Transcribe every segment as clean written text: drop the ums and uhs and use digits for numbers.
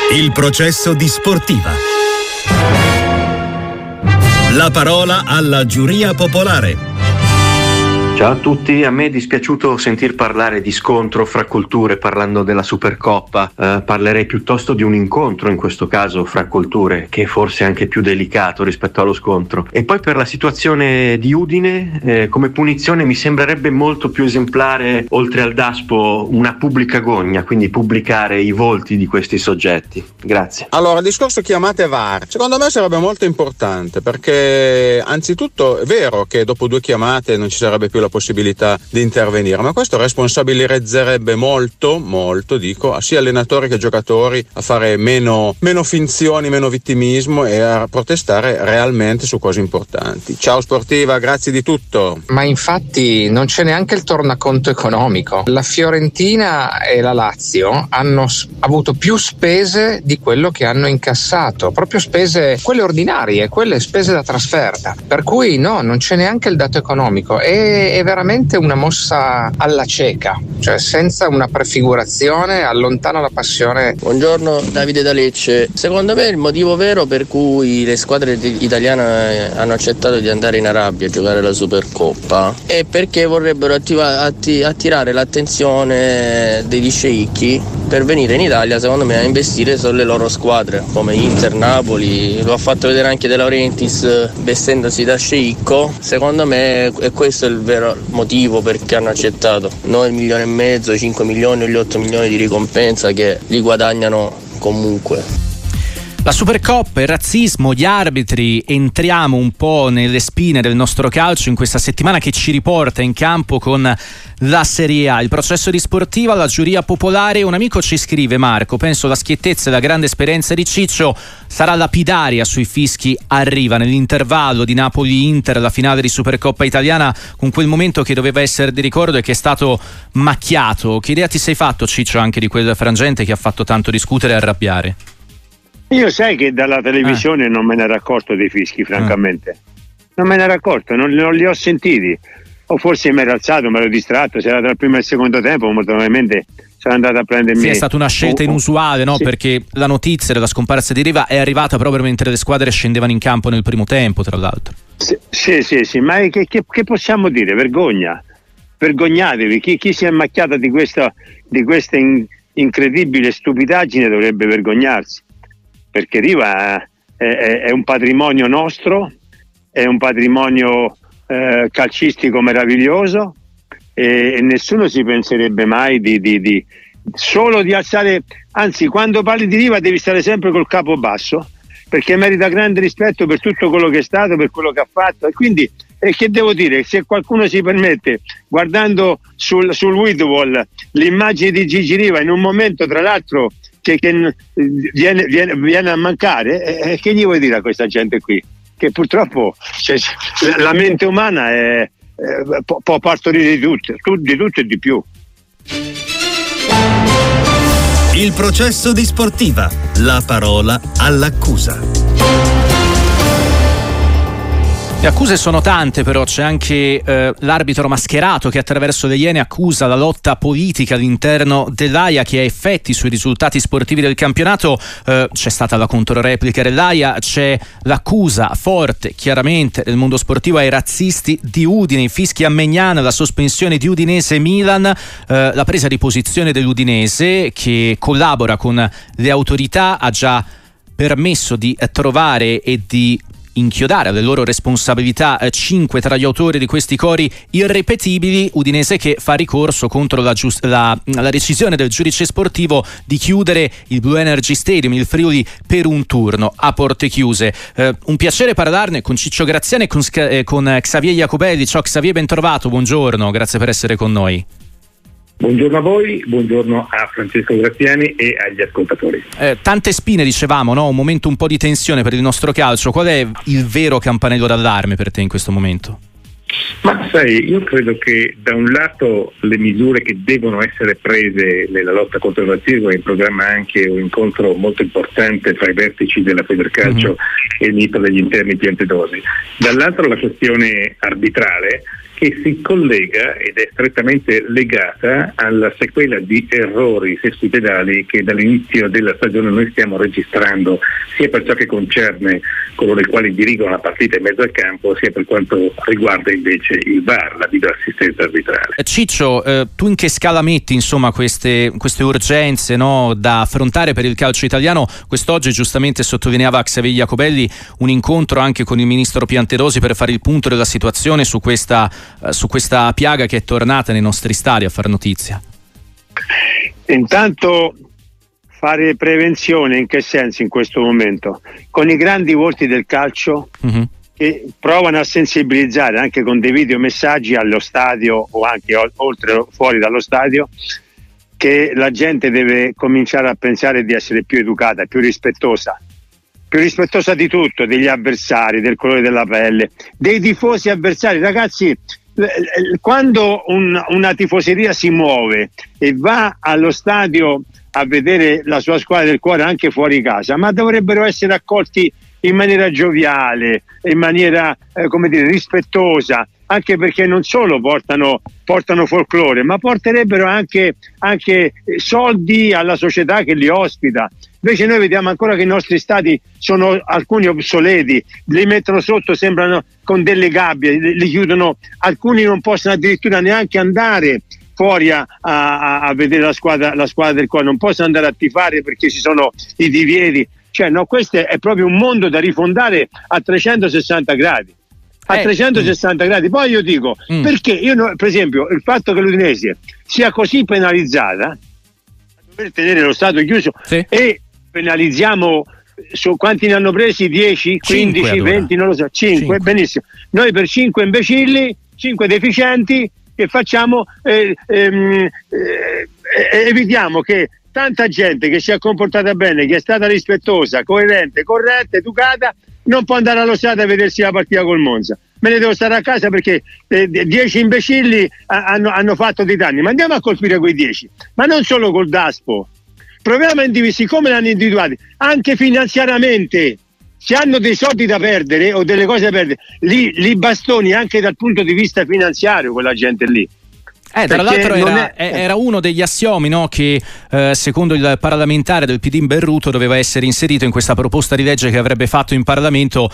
Il processo di Sportiva. La parola alla giuria popolare. Ciao a tutti, a me è dispiaciuto sentir parlare di scontro fra culture parlando della Supercoppa. Parlerei piuttosto di un incontro, in questo caso fra culture, che è forse anche più delicato rispetto allo scontro. E poi per la situazione di Udine, come punizione mi sembrerebbe molto più esemplare, oltre al DASPO, una pubblica gogna, quindi pubblicare i volti di questi soggetti. Grazie. Allora, il discorso chiamate VAR, secondo me sarebbe molto importante, perché anzitutto è vero che dopo 2 chiamate non ci sarebbe più la possibilità di intervenire, ma questo responsabilizzerebbe molto, dico, sia allenatori che giocatori a fare meno finzioni, meno vittimismo e a protestare realmente su cose importanti. Ciao Sportiva, grazie di tutto. Ma infatti non c'è neanche il tornaconto economico. La Fiorentina e la Lazio hanno avuto più spese di quello che hanno incassato, proprio spese, quelle ordinarie, quelle spese da trasferta, per cui no, non c'è neanche il dato economico. È veramente una mossa alla cieca, cioè senza una prefigurazione, allontana la passione. Buongiorno, Davide da Lecce. Secondo me il motivo vero per cui le squadre italiane hanno accettato di andare in Arabia a giocare la Supercoppa è perché vorrebbero attirare l'attenzione degli sceicchi per venire in Italia, secondo me, a investire sulle loro squadre come Inter, Napoli. Lo ha fatto vedere anche De Laurentiis vestendosi da sceicco. Secondo me è questo il vero motivo perché hanno accettato, non 1,5 milioni, 5 milioni o gli 8 milioni di ricompensa che li guadagnano comunque. La Supercoppa, il razzismo, gli arbitri, entriamo un po' nelle spine del nostro calcio in questa settimana che ci riporta in campo con la Serie A. Il processo di Sportiva, la giuria popolare. Un amico ci scrive: Marco, penso la schiettezza e la grande esperienza di Ciccio sarà lapidaria sui fischi. Arriva nell'intervallo di Napoli-Inter, la finale di Supercoppa italiana, con quel momento che doveva essere di ricordo e che è stato macchiato. Che idea ti sei fatto, Ciccio, anche di quel frangente che ha fatto tanto discutere e arrabbiare? Io sai che dalla televisione non me ne ero accorto dei fischi, francamente. Non me ne ero accorto, non li ho sentiti. O forse mi ero alzato, mi ero distratto, se era tra il primo e il secondo tempo, molto probabilmente sono andato a prendermi. Sì, è stata una scelta inusuale, no? Sì. Perché la notizia della scomparsa di Riva è arrivata proprio mentre le squadre scendevano in campo nel primo tempo, tra l'altro. Sì, ma che possiamo dire? Vergogna. Vergognatevi. Chi si è macchiato di questa incredibile stupidaggine dovrebbe vergognarsi. Perché Riva è un patrimonio nostro, è un patrimonio calcistico meraviglioso e nessuno si penserebbe mai solo di alzare, anzi quando parli di Riva devi stare sempre col capo basso, perché merita grande rispetto per tutto quello che è stato, per quello che ha fatto, e quindi che devo dire, se qualcuno si permette, guardando sul Whitwall l'immagine di Gigi Riva in un momento tra l'altro che viene a mancare, che gli vuoi dire a questa gente qui? Che purtroppo la mente umana può partorire di tutto e di più. Il processo di Sportiva, la parola all'accusa. Le accuse sono tante, però c'è anche l'arbitro mascherato che attraverso le Iene accusa la lotta politica all'interno dell'AIA che ha effetti sui risultati sportivi del campionato. C'è stata la controreplica dell'AIA, c'è l'accusa forte chiaramente del mondo sportivo ai razzisti di Udine, i fischi a Megnana, la sospensione di Udinese Milan, la presa di posizione dell'Udinese che collabora con le autorità, ha già permesso di trovare e di inchiodare alle loro responsabilità 5 tra gli autori di questi cori irripetibili. Udinese che fa ricorso contro la decisione del giudice sportivo di chiudere il Blue Energy Stadium, il Friuli, per un turno a porte chiuse. Un piacere parlarne con Ciccio Graziani e con Xavier Jacobelli. Ciao Xavier, ben trovato, buongiorno, grazie per essere con noi. Buongiorno a voi, buongiorno a Francesco Graziani e agli ascoltatori. Tante spine, dicevamo, no? Un momento un po' di tensione per il nostro calcio. Qual è il vero campanello d'allarme per te in questo momento? Ma sai, io credo che da un lato le misure che devono essere prese nella lotta contro il razzismo, in programma anche un incontro molto importante tra i vertici della Federcalcio e il ministro degli interni Piantedosi, dall'altro la questione arbitrale che si collega ed è strettamente legata alla sequela di errori sesquipedali che dall'inizio della stagione noi stiamo registrando, sia per ciò che concerne coloro i quali dirigono la partita in mezzo al campo, sia per quanto riguarda invece il VAR, la videoassistenza arbitrale. Ciccio, tu in che scala metti insomma queste urgenze, no, da affrontare per il calcio italiano? Quest'oggi giustamente sottolineava Xavier Jacobelli un incontro anche con il ministro Piantedosi per fare il punto della situazione su questa piaga che è tornata nei nostri stadi a far notizia. Intanto fare prevenzione in che senso in questo momento? Con i grandi volti del calcio che provano a sensibilizzare anche con dei videomessaggi allo stadio o anche oltre fuori dallo stadio, che la gente deve cominciare a pensare di essere più educata, più rispettosa di tutto, degli avversari, del colore della pelle, dei tifosi avversari. Ragazzi, quando una tifoseria si muove e va allo stadio a vedere la sua squadra del cuore anche fuori casa, ma dovrebbero essere accolti in maniera gioviale, in maniera rispettosa, anche perché non solo portano folklore, ma porterebbero anche soldi alla società che li ospita. Invece noi vediamo ancora che i nostri stadi sono alcuni obsoleti, li mettono sotto, sembrano con delle gabbie, li chiudono, alcuni non possono addirittura neanche andare fuori a vedere la squadra del cuore, non possono andare a tifare perché ci sono i divieti. Cioè, no, questo è proprio un mondo da rifondare a 360 gradi. A 360 gradi. Poi io dico, perché per esempio, il fatto che l'Udinese sia così penalizzata, a dover tenere lo stadio chiuso, e penalizziamo su quanti ne hanno presi? 10, 15, 5, 20, non lo so, 5, benissimo. Noi per 5 imbecilli, 5 deficienti, che facciamo? Evitiamo che tanta gente che si è comportata bene, che è stata rispettosa, coerente, corretta, educata, non può andare allo stadio a vedersi la partita col Monza. Me ne devo stare a casa perché 10 imbecilli hanno fatto dei danni. Ma andiamo a colpire quei 10, ma non solo col DASPO. Proviamo a individuare, siccome l'hanno individuati, anche finanziariamente. Se hanno dei soldi da perdere o delle cose da perdere, li bastoni anche dal punto di vista finanziario quella gente lì. Tra l'altro era uno degli assiomi, no, che secondo il parlamentare del PD Berruto doveva essere inserito in questa proposta di legge che avrebbe fatto in Parlamento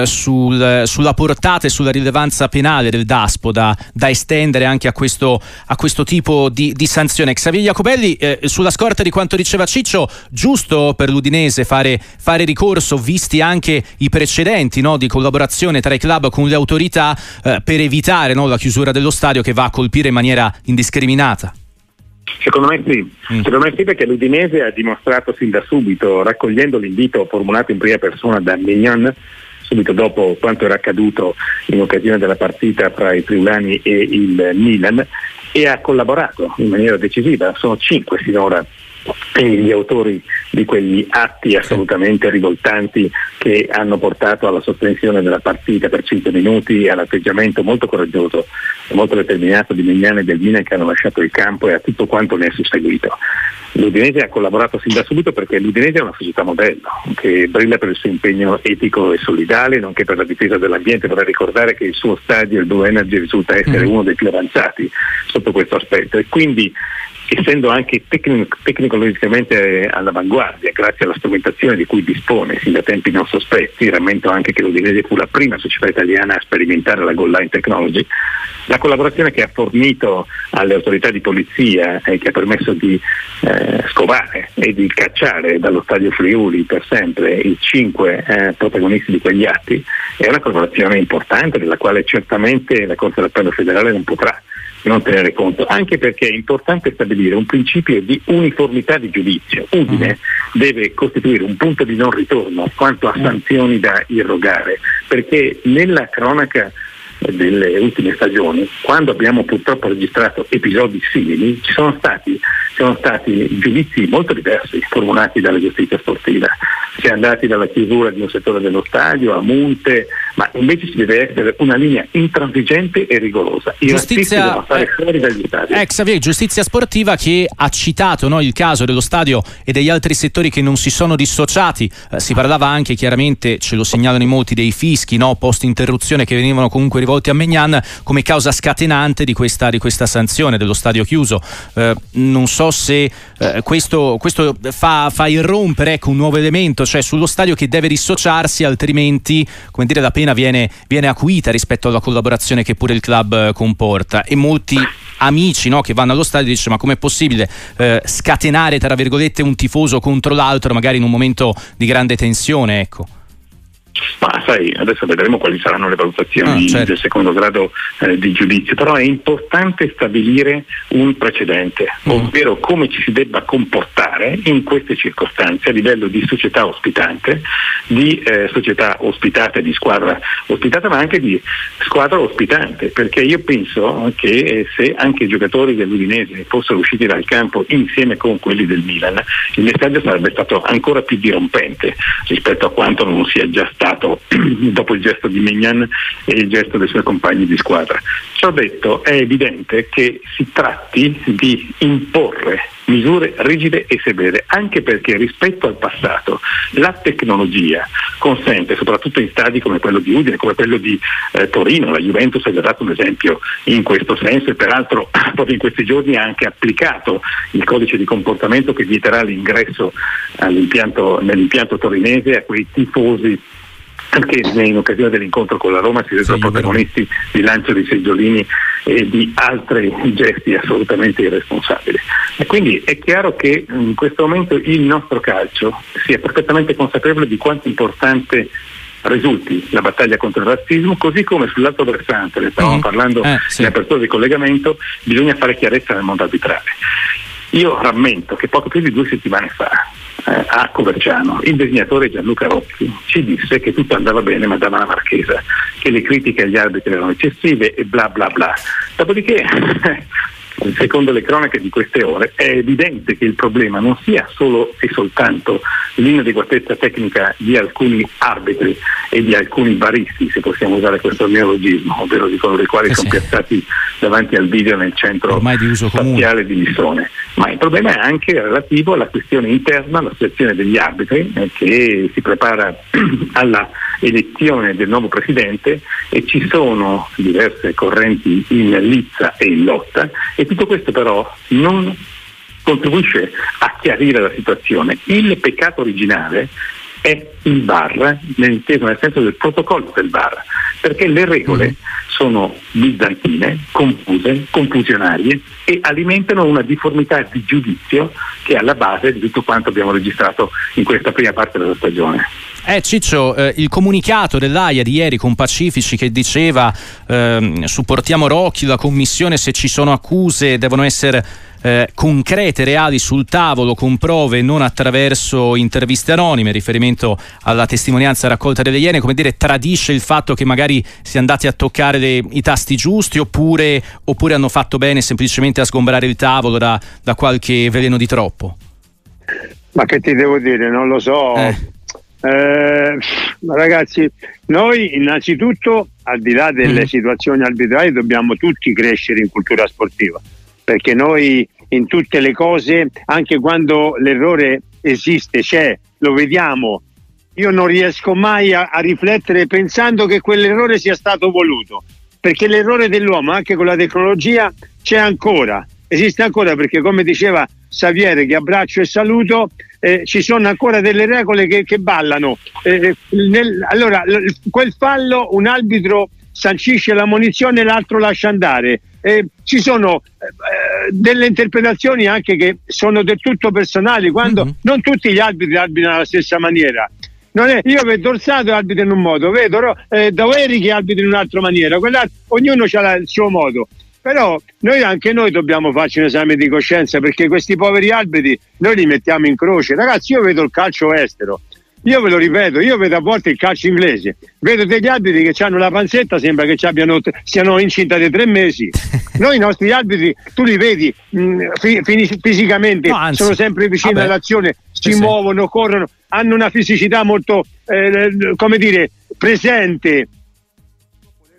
sulla portata e sulla rilevanza penale del DASPO da estendere anche a questo tipo di sanzione. Xavier Jacobelli, sulla scorta di quanto diceva Ciccio, giusto per l'Udinese fare ricorso, visti anche i precedenti, no, di collaborazione tra i club con le autorità per evitare, no, la chiusura dello stadio che va a colpire in maniera indiscriminata? Secondo me sì, perché l'Udinese ha dimostrato sin da subito, raccogliendo l'invito formulato in prima persona da Mignon subito dopo quanto era accaduto in occasione della partita fra i friulani e il Milan, e ha collaborato in maniera decisiva. Sono 5 sinora gli autori di quegli atti assolutamente rivoltanti che hanno portato alla sospensione della partita per 5 minuti, all'atteggiamento molto coraggioso e molto determinato di Mignani e del Milan che hanno lasciato il campo, e a tutto quanto ne è susseguito. L'Udinese ha collaborato sin da subito perché l'Udinese è una società modello che brilla per il suo impegno etico e solidale, nonché per la difesa dell'ambiente. Vorrei ricordare che il suo stadio, il Blue Energy, risulta essere uno dei più avanzati sotto questo aspetto, e quindi, essendo anche tecnologicamente all'avanguardia grazie alla strumentazione di cui dispone sin da tempi non sospetti, rammento anche che l'Udinese fu la prima società italiana a sperimentare la goal line technology, la collaborazione che ha fornito alle autorità di polizia e che ha permesso di scovare e di cacciare dallo stadio Friuli per sempre i 5 protagonisti di quegli atti è una collaborazione importante, della quale certamente la Corte d'Appello federale non potrà non tenere conto, anche perché è importante stabilire un principio di uniformità di giudizio. Udine deve costituire un punto di non ritorno quanto a sanzioni da irrogare, perché nella cronaca delle ultime stagioni, quando abbiamo purtroppo registrato episodi simili, ci sono stati giudizi molto diversi formulati dalla giustizia sportiva. Si è andati dalla chiusura di un settore dello stadio a multe, ma invece ci deve essere una linea intransigente e rigorosa. I razzisti devono stare fuori dagli stadi. Xavier, Giustizia Sportiva, che ha citato, no, il caso dello stadio e degli altri settori che non si sono dissociati. Si parlava anche, chiaramente, ce lo segnalano in molti, dei fischi, no, post interruzione che venivano comunque rivolti a Maignan come causa scatenante di questa sanzione dello stadio chiuso. Non so se questo fa irrompere, ecco, un nuovo elemento, cioè sullo stadio che deve dissociarsi, altrimenti, come dire, la pena viene acuita rispetto alla collaborazione che pure il club comporta. E molti amici, no, che vanno allo stadio dicono: ma com'è possibile scatenare, tra virgolette, un tifoso contro l'altro, magari in un momento di grande tensione, ecco. Ma sai, adesso vedremo quali saranno le valutazioni del secondo grado di giudizio, però è importante stabilire un precedente, ovvero come ci si debba comportare in queste circostanze a livello di società ospitante, di società ospitata, di squadra ospitata, ma anche di squadra ospitante, perché io penso che se anche i giocatori dell'Udinese fossero usciti dal campo insieme con quelli del Milan, il messaggio sarebbe stato ancora più dirompente rispetto a quanto non sia già stato dopo il gesto di Maignan e il gesto dei suoi compagni di squadra. Ciò detto, è evidente che si tratti di imporre misure rigide e severe, anche perché rispetto al passato la tecnologia consente, soprattutto in stadi come quello di Udine, come quello di Torino, la Juventus ha già dato un esempio in questo senso, e peraltro proprio in questi giorni ha anche applicato il codice di comportamento che vieterà l'ingresso nell'impianto torinese a quei tifosi che in occasione dell'incontro con la Roma si resero protagonisti di lancio di seggiolini e di altri gesti assolutamente irresponsabili. E quindi è chiaro che in questo momento il nostro calcio sia perfettamente consapevole di quanto importante risulti la battaglia contro il razzismo, così come sull'altro versante, ne stavamo parlando in apertura di collegamento, bisogna fare chiarezza nel mondo arbitrale. Io rammento che poco più di 2 settimane fa a Coverciano il disegnatore Gianluca Rocchi ci disse che tutto andava bene ma dava la Marchesa, che le critiche agli arbitri erano eccessive e bla bla bla. Dopodiché secondo le cronache di queste ore è evidente che il problema non sia solo e soltanto l'inadeguatezza tecnica di alcuni arbitri e di alcuni baristi, se possiamo usare questo neologismo, ovvero di coloro i quali sono piazzati davanti al video nel centro spaziale di Lissone, ma il problema è anche relativo alla questione interna, all'associazione degli arbitri che si prepara alla elezione del nuovo presidente e ci sono diverse correnti in lizza e in lotta, e tutto questo però non contribuisce a chiarire la situazione. Il peccato originale è il VAR, nel senso del protocollo del VAR, perché le regole sono bizantine, confuse, confusionarie e alimentano una difformità di giudizio che è alla base di tutto quanto abbiamo registrato in questa prima parte della stagione. Ciccio, il comunicato dell'AIA di ieri con Pacifici che diceva supportiamo Rocchi, la commissione, se ci sono accuse devono essere concrete, reali, sul tavolo, con prove, non attraverso interviste anonime, riferimento alla testimonianza raccolta dalle Iene, come dire, tradisce il fatto che magari si è andati a toccare i tasti giusti oppure hanno fatto bene semplicemente a sgombrare il tavolo da qualche veleno di troppo? Ma che ti devo dire, non lo so. Ragazzi, noi innanzitutto, al di là delle situazioni arbitrali, dobbiamo tutti crescere in cultura sportiva, perché noi in tutte le cose, anche quando l'errore esiste, c'è, lo vediamo, io non riesco mai a riflettere pensando che quell'errore sia stato voluto, perché l'errore dell'uomo anche con la tecnologia c'è ancora, esiste ancora, perché come diceva Xavier, che abbraccio e saluto, ci sono ancora delle regole che ballano. Allora, quel fallo un arbitro sancisce l'ammonizione e l'altro lascia andare. Ci sono delle interpretazioni anche che sono del tutto personali, quando non tutti gli arbitri arbitrano alla stessa maniera. Non è, io vedo Orsato arbitra in un modo, vedo Doveri che arbitra in un'altra maniera, ognuno ha il suo modo. Però anche noi dobbiamo farci un esame di coscienza, perché questi poveri arbitri noi li mettiamo in croce. Ragazzi, io vedo il calcio estero, io ve lo ripeto, io vedo a volte il calcio inglese, vedo degli arbitri che hanno la panzetta, sembra che siano incinta di 3 mesi. Noi i nostri arbitri, tu li vedi fisicamente, sono sempre vicini all'azione, si muovono, corrono, hanno una fisicità molto, come dire, presente.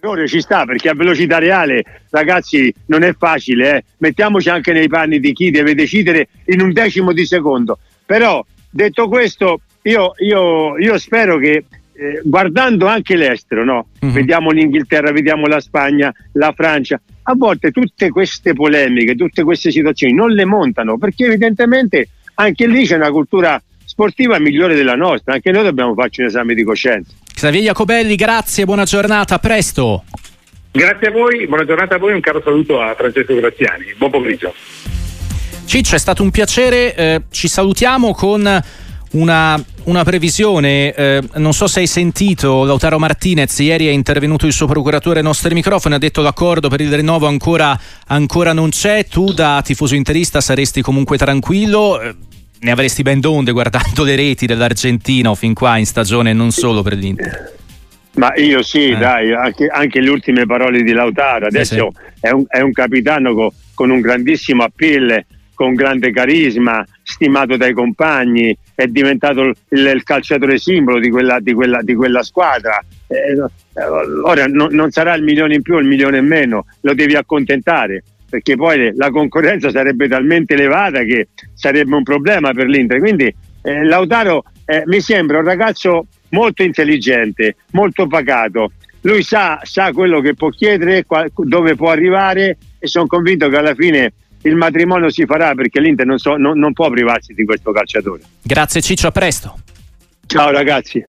Ci sta, perché a velocità reale, ragazzi, non è facile, mettiamoci anche nei panni di chi deve decidere in un decimo di secondo. Però, detto questo, io spero che guardando anche l'estero, no? Vediamo l'Inghilterra, vediamo la Spagna, la Francia, a volte tutte queste polemiche, tutte queste situazioni non le montano, perché evidentemente anche lì c'è una cultura sportiva migliore della nostra. Anche noi dobbiamo farci un esame di coscienza. Xavier Jacobelli, grazie, buona giornata, a presto. Grazie a voi, buona giornata a voi, un caro saluto a Francesco Graziani, buon pomeriggio. Ciccio, è stato un piacere, ci salutiamo con una previsione, non so se hai sentito Lautaro Martinez, ieri è intervenuto il suo procuratore ai nostri microfoni, ha detto l'accordo per il rinnovo ancora non c'è, tu da tifoso interista saresti comunque tranquillo, ne avresti ben donde guardando le reti dell'Argentino fin qua in stagione e non solo per l'Inter. Ma io sì, dai, anche le ultime parole di Lautaro, adesso sì. È un capitano con un grandissimo appeal, con grande carisma, stimato dai compagni, è diventato il calciatore simbolo di quella squadra. Ora non sarà il milione in più o il milione in meno, lo devi accontentare, perché poi la concorrenza sarebbe talmente elevata che sarebbe un problema per l'Inter. Quindi Lautaro mi sembra un ragazzo molto intelligente, molto pacato. Lui sa quello che può chiedere, dove può arrivare, e sono convinto che alla fine il matrimonio si farà, perché l'Inter non può privarsi di questo calciatore. Grazie Ciccio, a presto. Ciao ragazzi.